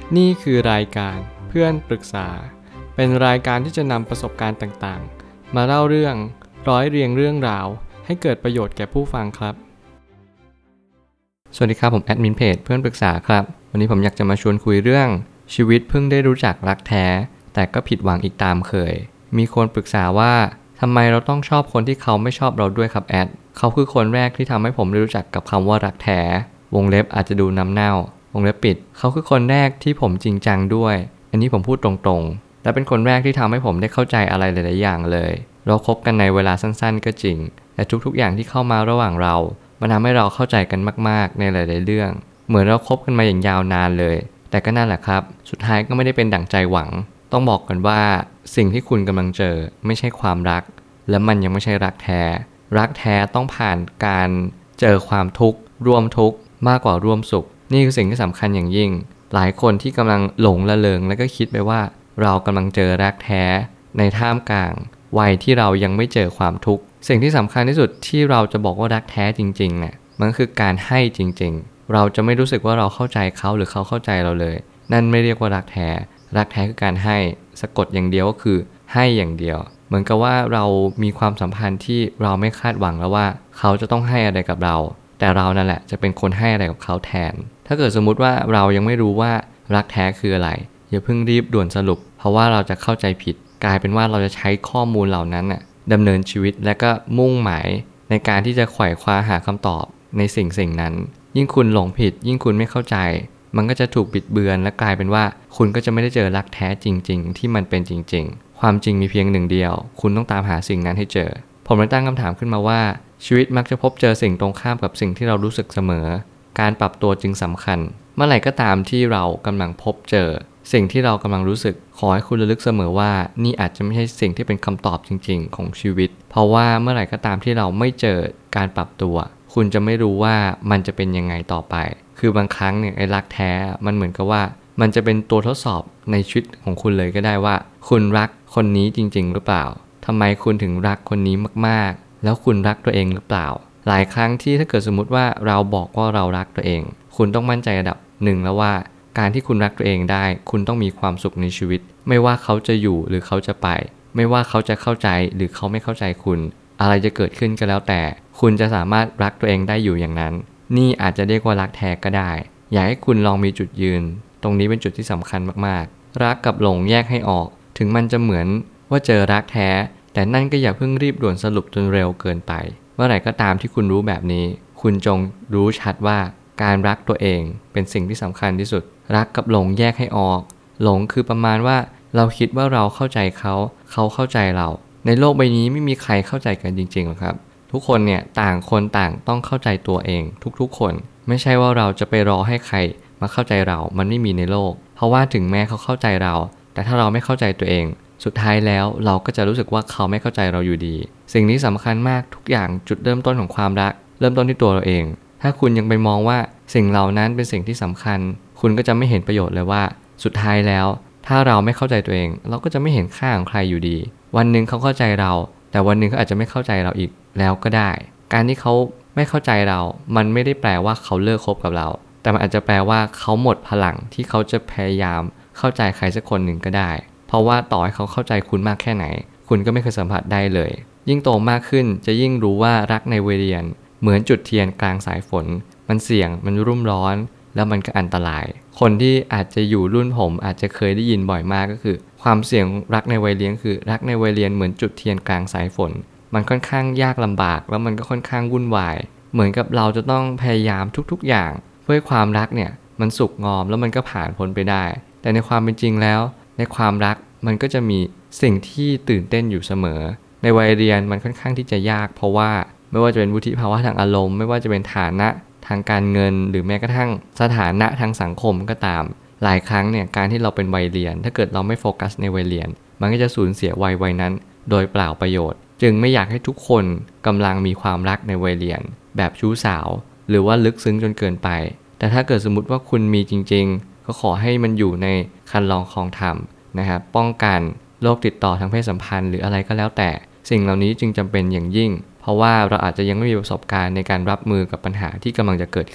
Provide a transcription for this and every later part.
นี่คือรายการเพื่อนปรึกษาเป็นรายการที่จะนำประสบการณ์ต่างๆมาเล่าเรื่องร้อยเรียงเรื่องราวให้เกิดประโยชน์แก่ผู้ฟังครับสวัสดีครับผมแอดมินเพจเพื่อนปรึกษาครับวันนี้ผมอยากจะมาชวนคุยเรื่องชีวิตเพิ่งได้รู้จักรักแท้แต่ก็ผิดหวังอีกตามเคยมีคนปรึกษาว่าทำไมเราต้องชอบคนที่เขาไม่ชอบเราด้วยครับแอดเขาคือคนแรกที่ทำให้ผมได้รู้จักกับคำว่ารักแท้วงเล็บอาจจะดูน้ำเน่าวงเล็บปิดเขาคือคนแรกที่ผมจริงจังด้วยอันนี้ผมพูดตรงๆและเป็นคนแรกที่ทำให้ผมได้เข้าใจอะไรหลายๆอย่างเลยเราคบกันในเวลาสั้นๆก็จริงแต่ทุกๆอย่างที่เข้ามาระหว่างเรามันทำให้เราเข้าใจกันมากๆในหลายๆเรื่องเหมือนเราคบกันมาอย่างยาวนานเลยแต่ก็นั่นแหละครับสุดท้ายก็ไม่ได้เป็นดั่งใจหวังต้องบอกกันว่าสิ่งที่คุณกำลังเจอไม่ใช่ความรักและมันยังไม่ใช่รักแท้รักแท้ต้องผ่านการเจอความทุกข์ร่วมทุกข์มากกว่าร่วมสุขนี่คือสิ่งที่สำคัญอย่างยิ่งหลายคนที่กำลังหลงละเลงแล้วก็คิดไปว่าเรากำลังเจอรักแท้ในท่ามกลางวัยที่เรายังไม่เจอความทุกข์สิ่งที่สำคัญที่สุดที่เราจะบอกว่ารักแท้จริงๆเนี่ยมันคือการให้จริงๆเราจะไม่รู้สึกว่าเราเข้าใจเขาหรือเขาเข้าใจเราเลยนั่นไม่เรียกว่ารักแท้รักแท้คือการให้สะกดอย่างเดียวก็คือให้อย่างเดียวเหมือนกับว่าเรามีความสัมพันธ์ที่เราไม่คาดหวังแล้วว่าเขาจะต้องให้อะไรกับเราแต่เรานั่นแหละจะเป็นคนให้อะไรกับเขาแทนถ้าเกิดสมมุติว่าเรายังไม่รู้ว่ารักแท้คืออะไรอย่าเพิ่งรีบด่วนสรุปเพราะว่าเราจะเข้าใจผิดกลายเป็นว่าเราจะใช้ข้อมูลเหล่านั้นดำเนินชีวิตและก็มุ่งหมายในการที่จะไขว่คว้าหาคำตอบในสิ่งนั้นยิ่งคุณหลงผิดยิ่งคุณไม่เข้าใจมันก็จะถูกบิดเบือนและกลายเป็นว่าคุณก็จะไม่ได้เจอรักแท้จริงๆที่มันเป็นจริงๆความจริงมีเพียงหนึ่งเดียวคุณต้องตามหาสิ่งนั้นให้เจอผมเลยตั้งคำถามขึ้นมาว่าชีวิตมักจะพบเจอสิ่งตรงข้ามกับสิ่งที่เรารู้สึกเสมอการปรับตัวจึงสำคัญเมื่อไหร่ก็ตามที่เรากำลังพบเจอสิ่งที่เรากำลังรู้สึกขอให้คุณระลึกเสมอว่านี่อาจจะไม่ใช่สิ่งที่เป็นคำตอบจริงๆของชีวิตเพราะว่าเมื่อไหร่ก็ตามที่เราไม่เจอการปรับตัวคุณจะไม่รู้ว่ามันจะเป็นยังไงต่อไปคือบางครั้งเนี่ยไอ้รักแท้มันเหมือนกับว่ามันจะเป็นตัวทดสอบในชีวิตของคุณเลยก็ได้ว่าคุณรักคนนี้จริงๆหรือเปล่าทำไมคุณถึงรักคนนี้มากๆแล้วคุณรักตัวเองหรือเปล่าหลายครั้งที่ถ้าเกิดสมมุติว่าเราบอกว่าเรารักตัวเองคุณต้องมั่นใจระดับหนึ่งแล้วว่าการที่คุณรักตัวเองได้คุณต้องมีความสุขในชีวิตไม่ว่าเขาจะอยู่หรือเขาจะไปไม่ว่าเขาจะเข้าใจหรือเขาไม่เข้าใจคุณอะไรจะเกิดขึ้นก็แล้วแต่คุณจะสามารถรักตัวเองได้อยู่อย่างนั้นนี่อาจจะเรียกว่ารักแท้ก็ได้อยากให้คุณลองมีจุดยืนตรงนี้เป็นจุดที่สำคัญมากๆรักกับหลงแยกให้ออกถึงมันจะเหมือนว่าเจอรักแท้แต่นั่นก็อย่าเพิ่งรีบด่วนสรุปจนเร็วเกินไปเมื่อไหร่ก็ตามที่คุณรู้แบบนี้คุณจงรู้ชัดว่าการรักตัวเองเป็นสิ่งที่สำคัญที่สุดรักกับหลงแยกให้ออกหลงคือประมาณว่าเราคิดว่าเราเข้าใจเขาเขาเข้าใจเราในโลกใบนี้ไม่มีใครเข้าใจกันจริงๆหรอกครับทุกคนเนี่ยต่างคนต่างต้องเข้าใจตัวเองทุกๆคนไม่ใช่ว่าเราจะไปรอให้ใครมาเข้าใจเรามันไม่มีในโลกเพราะว่าถึงแม้เขาเข้าใจเราแต่ถ้าเราไม่เข้าใจตัวเองสุดท้ายแล้วเราก็จะรู้สึกว่าเขาไม่เข้าใจเราอยู่ดีสิ่งนี้สำคัญมากทุกอย่างจุดเริ่มต้นของความรักเริ่มต้นที่ตัวเราเองถ้าคุณยังไปมองว่าสิ่งเหล่านั้นเป็นสิ่งที่สำคัญคุณก็จะไม่เห็นประโยชน์เลยว่าสุดท้ายแล้วถ้าเราไม่เข้าใจตัวเองเราก็จะไม่เห็นค่าของใครอยู่ดีวันหนึ่งเขาเข้าใจเราแต่วันหนึ่งเขาอาจจะไม่เข้าใจเราอีกแล้วก็ได้การที่เขาไม่เข้าใจเรามันไม่ได้แปลว่าเขาเลิกคบกับเราแต่มันอาจจะแปลว่าเขาหมดพลังที่เขาจะพยายามเข้าใจใครสักคนหนึ่งก็ได้เพราะว่าต่อให้เขาเข้าใจคุณมากแค่ไหนคุณก็ไม่เคยสัมผัสได้เลยยิ่งโตมากขึ้นจะยิ่งรู้ว่ารักในวัยเรียนเหมือนจุดเทียนกลางสายฝนมันเสี่ยงมันรุ่มร้อนแล้วมันก็อันตรายคนที่อาจจะอยู่รุ่นผมอาจจะเคยได้ยินบ่อยมากก็คือความเสี่ยงรักในวัยเรียนคือรักในวัยเรียนเหมือนจุดเทียนกลางสายฝนมันค่อนข้างยากลำบากแล้วมันก็ค่อนข้างวุ่นวายเหมือนกับเราจะต้องพยายามทุกๆอย่างเพื่อให้ความรักเนี่ยมันสุกงอมแล้วมันก็ผ่านพ้นไปได้แต่ในความเป็นจริงแล้วในความรักมันก็จะมีสิ่งที่ตื่นเต้นอยู่เสมอในวัยเรียนมันค่อนข้างที่จะยากเพราะว่าไม่ว่าจะเป็นวุฒิภาวะทางอารมณ์ไม่ว่าจะเป็นฐานะทางการเงินหรือแม้กระทั่งสถานะทางสังคมก็ตามหลายครั้งเนี่ยการที่เราเป็นวัยเรียนถ้าเกิดเราไม่โฟกัสในวัยเรียนมันก็จะสูญเสียวัยนั้นโดยเปล่าประโยชน์จึงไม่อยากให้ทุกคนกำลังมีความรักในวัยเรียนแบบชู้สาวหรือว่าลึกซึ้งจนเกินไปแต่ถ้าเกิดสมมุติว่าคุณมีจริงๆก็ขอให้มันอยู่ในคันลองครองธรรมนะครับป้องกันโรคติดต่อทางเพศสัมพันธ์หรืออะไรก็แล้วแต่สิ่งเหล่านี้จึงจำเป็นอย่างยิ่งเพราะว่าเราอาจจะยังไม่มีประสบการณ์ในการรับมือกับปัญหาที่กำลังจะเกิดขึ้น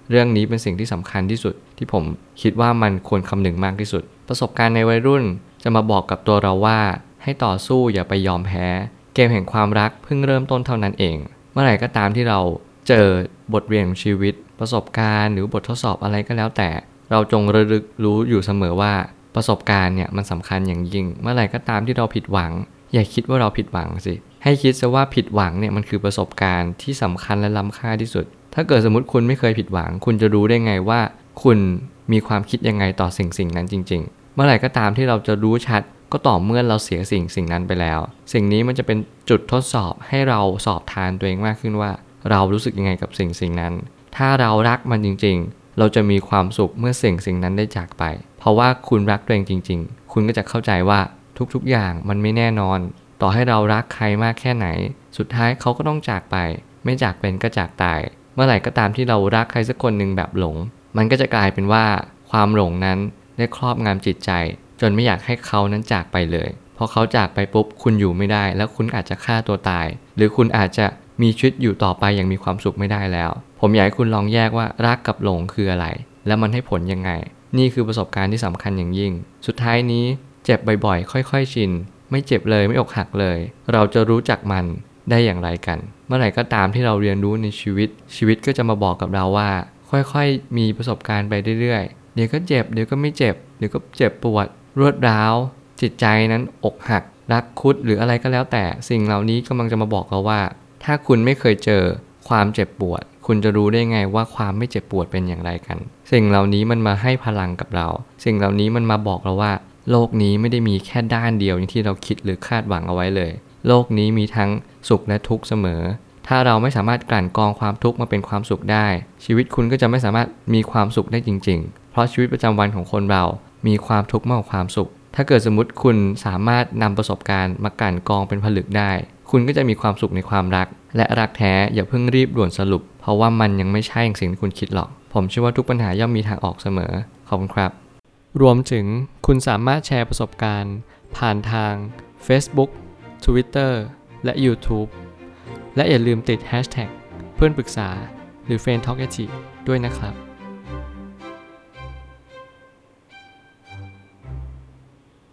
เรื่องนี้เป็นสิ่งที่สำคัญที่สุดที่ผมคิดว่ามันควรคำนึงมากที่สุดประสบการณ์ในวัยรุ่นจะมาบอกกับตัวเราว่าให้ต่อสู้อย่าไปยอมแพ้เกมแห่งความรักเพิ่งเริ่มต้นเท่านั้นเองเมื่อไหร่ก็ตามที่เราเจอบทเรียนของชีวิตประสบการณ์หรือบททดสอบอะไรก็แล้วแต่เราจงระลึกรู้อยู่เสมอว่าประสบการณ์เนี่ยมันสำคัญอย่างยิ่งเมื่อไหร่ก็ตามที่เราผิดหวังอย่าคิดว่าเราผิดหวังสิให้คิดซะว่าผิดหวังเนี่ยมันคือประสบการณ์ที่สำคัญและล้ำค่าที่สุดถ้าเกิดสมมติคุณไม่เคยผิดหวังคุณจะรู้ได้ไงว่าคุณมีความคิดยังไงต่อสิ่งนั้นจริงๆเมื่อไหร่ก็ตามที่เราจะรู้ชัดก็ต่อเมื่อเราเสียสิ่งนั้นไปแล้วสิ่งนี้มันจะเป็นจุดทดสอบให้เราสอบทานตัวเองมากขึ้นว่าเรารู้สึกยังไงกับสิ่งนั้นถ้าเรารักมันจริงๆเราจะมีความสุขเมื่อสิ่งนั้นได้จากไปเพราะว่าคุณรักตัวเองจริงๆคุณก็จะเข้าใจว่าทุกๆอย่างมันไม่แน่นอนต่อให้เรารักใครมากแค่ไหนสุดท้ายเขาก็ต้องจากไปไม่จากเป็นก็จากตายเมื่อไหร่ก็ตามที่เรารักใครสักคนหนึ่งแบบหลงมันก็จะกลายเป็นว่าความหลงนั้นได้ครอบงำจิตใจจนไม่อยากให้เขานั้นจากไปเลยพอเขาจากไปปุ๊บคุณอยู่ไม่ได้แล้วคุณอาจจะฆ่าตัวตายหรือคุณอาจจะมีชีวิตอยู่ต่อไปอย่างมีความสุขไม่ได้แล้วผมอยากให้คุณลองแยกว่ารักกับหลงคืออะไรและมันให้ผลยังไงนี่คือประสบการณ์ที่สำคัญอย่างยิ่งสุดท้ายนี้เจ็บบ่อยๆค่อยๆชินไม่เจ็บเลยไม่อกหักเลยเราจะรู้จักมันได้อย่างไรกันเมื่อไหร่ก็ตามที่เราเรียนรู้ในชีวิตก็จะมาบอกกับเราว่าค่อยๆมีประสบการณ์ไปเรื่อยๆเดี๋ยวก็เจ็บเดี๋ยวก็ไม่เจ็บเดี๋ยวก็เจ็บปวดรวดร้าวจิตใจนั้นอกหักรักคุดหรืออะไรก็แล้วแต่สิ่งเหล่านี้กำลังจะมาบอกเราว่าถ้าคุณไม่เคยเจอความเจ็บปวดคุณจะรู้ได้ไงว่าความไม่เจ็บปวดเป็นอย่างไรกันสิ่งเหล่านี้มันมาให้พลังกับเราสิ่งเหล่านี้มันมาบอกเราว่าโลกนี้ไม่ได้มีแค่ด้านเดียวอย่างที่เราคิดหรือคาดหวังเอาไว้เลยโลกนี้มีทั้งสุขและทุกข์เสมอถ้าเราไม่สามารถกลั่นกรองความทุกข์มาเป็นความสุขได้ชีวิตคุณก็จะไม่สามารถมีความสุขได้จริงๆเพราะชีวิตประจำวันของคนเรามีความทุกข์มากกว่าความสุขถ้าเกิดสมมติคุณสามารถนำประสบการณ์มากลั่นกรองเป็นผลึกได้คุณก็จะมีความสุขในความรักและรักแท้อย่าเพิ่งรีบด่วนสรุปเพราะว่ามันยังไม่ใช่อย่างสิ่งที่คุณคิดหรอกผมเชื่อว่าทุกปัญหาย่อมมีทางออกเสมอขอบคุณครับรวมถึงคุณสามารถแชร์ประสบการณ์ผ่านทาง Facebook Twitter และ YouTube และอย่าลืมติด Hashtag เพื่อนปรึกษาหรือ Friend Talk ด้วยนะครับ